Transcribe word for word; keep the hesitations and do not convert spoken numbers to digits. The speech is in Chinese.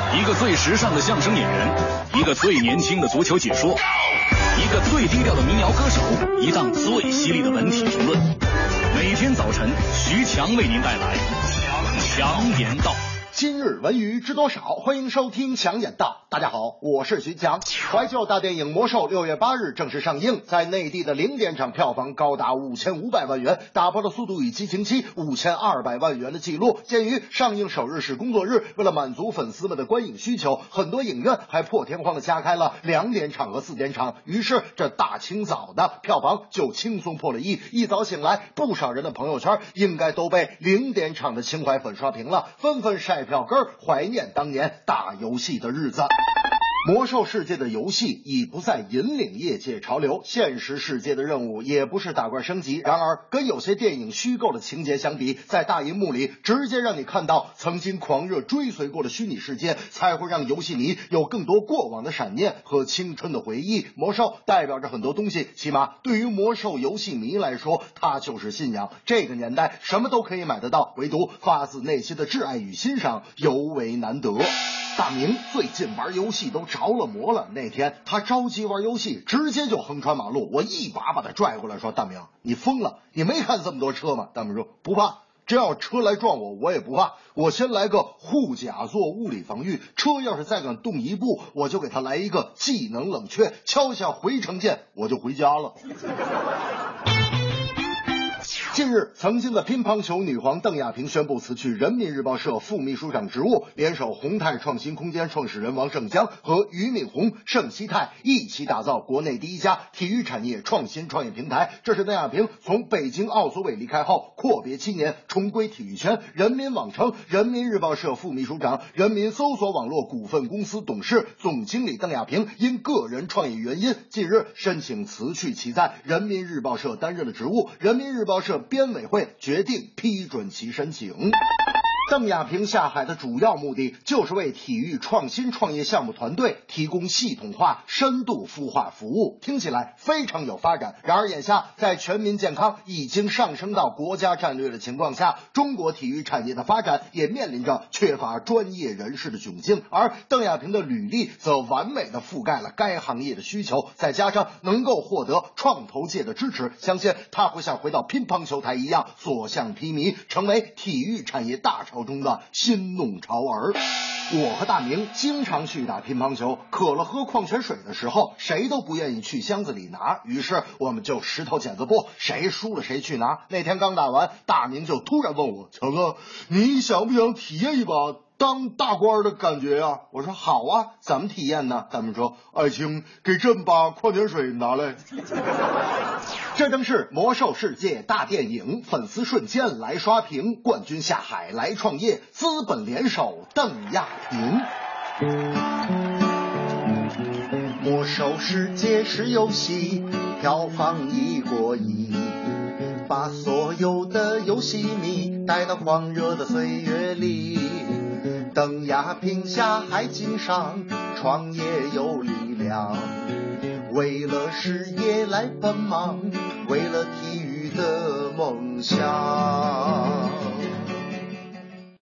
一个最时尚的相声演员，一个最年轻的足球解说，一个最低调的民谣歌手，一档最犀利的文体评论。每天早晨，徐强为您带来强言道。 今日文娱知多少？欢迎收听强言道。大家好，我是徐强。怀旧大电影《魔兽》六月八日正式上映，在内地的零点场票房高达五千五百万元，打破了《速度与激情七》五千二百万元的记录。鉴于上映首日是工作日，为了满足粉丝们的观影需求，很多影院还破天荒的加开了两点场和四点场，于是这大清早的票房就轻松破了亿。一早醒来，不少人的朋友圈应该都被零点场的情怀粉刷屏了，纷纷晒票根，怀念当年打游戏的日子。魔兽世界的游戏已不再引领业界潮流，现实世界的任务也不是打怪升级。然而跟有些电影虚构的情节相比，在大银幕里直接让你看到曾经狂热追随过的虚拟世界，才会让游戏迷有更多过往的闪念和青春的回忆。魔兽代表着很多东西，起码对于魔兽游戏迷来说，它就是信仰。这个年代什么都可以买得到，唯独发自内心的挚爱与欣赏尤为难得。大明最近玩游戏都着了魔了，那天他着急玩游戏，直接就横穿马路，我一把把他拽过来说，大明你疯了，你没看这么多车吗？大明说不怕，只要车来撞我我也不怕，我先来个护甲做物理防御，车要是再敢动一步，我就给他来一个技能冷却，敲下回城键我就回家了。近日，曾经的乒乓球女皇邓亚萍宣布辞去人民日报社副秘书长职务，联手宏泰创新空间创始人王胜江和俞敏洪、盛希泰一起打造国内第一家体育产业创新创业平台。这是邓亚萍从北京奥组委离开后阔别七年重归体育圈。人民网称，人民日报社副秘书长、人民搜索网络股份公司董事总经理邓亚萍因个人创业原因，近日申请辞去其在人民日报社担任的职务。人民日报社编委会决定批准其申请。邓亚萍下海的主要目的就是为体育创新创业项目团队提供系统化、深度孵化服务，听起来非常有发展。然而眼下在全民健康已经上升到国家战略的情况下，中国体育产业的发展也面临着缺乏专业人士的窘境，而邓亚萍的履历则完美的覆盖了该行业的需求，再加上能够获得创投界的支持，相信他会像回到乒乓球台一样所向披靡，成为体育产业大潮中的新弄潮儿。我和大明经常去打乒乓球，渴了喝矿泉水的时候，谁都不愿意去箱子里拿，于是我们就石头剪子布，谁输了谁去拿。那天刚打完，大明就突然问我，强哥，你想不想体验一把当大官的感觉啊？我说好啊，怎么体验呢？大明说，爱卿给朕把矿泉水拿来。这正是魔兽世界大电影，粉丝瞬间来刷屏，冠军下海来创业，资本联手邓亚萍。魔兽世界是游戏，票房已过亿，把所有的游戏迷带到狂热的岁月里。邓亚萍下海经商，创业有力量，为了事业来奔忙，为了体育的梦想。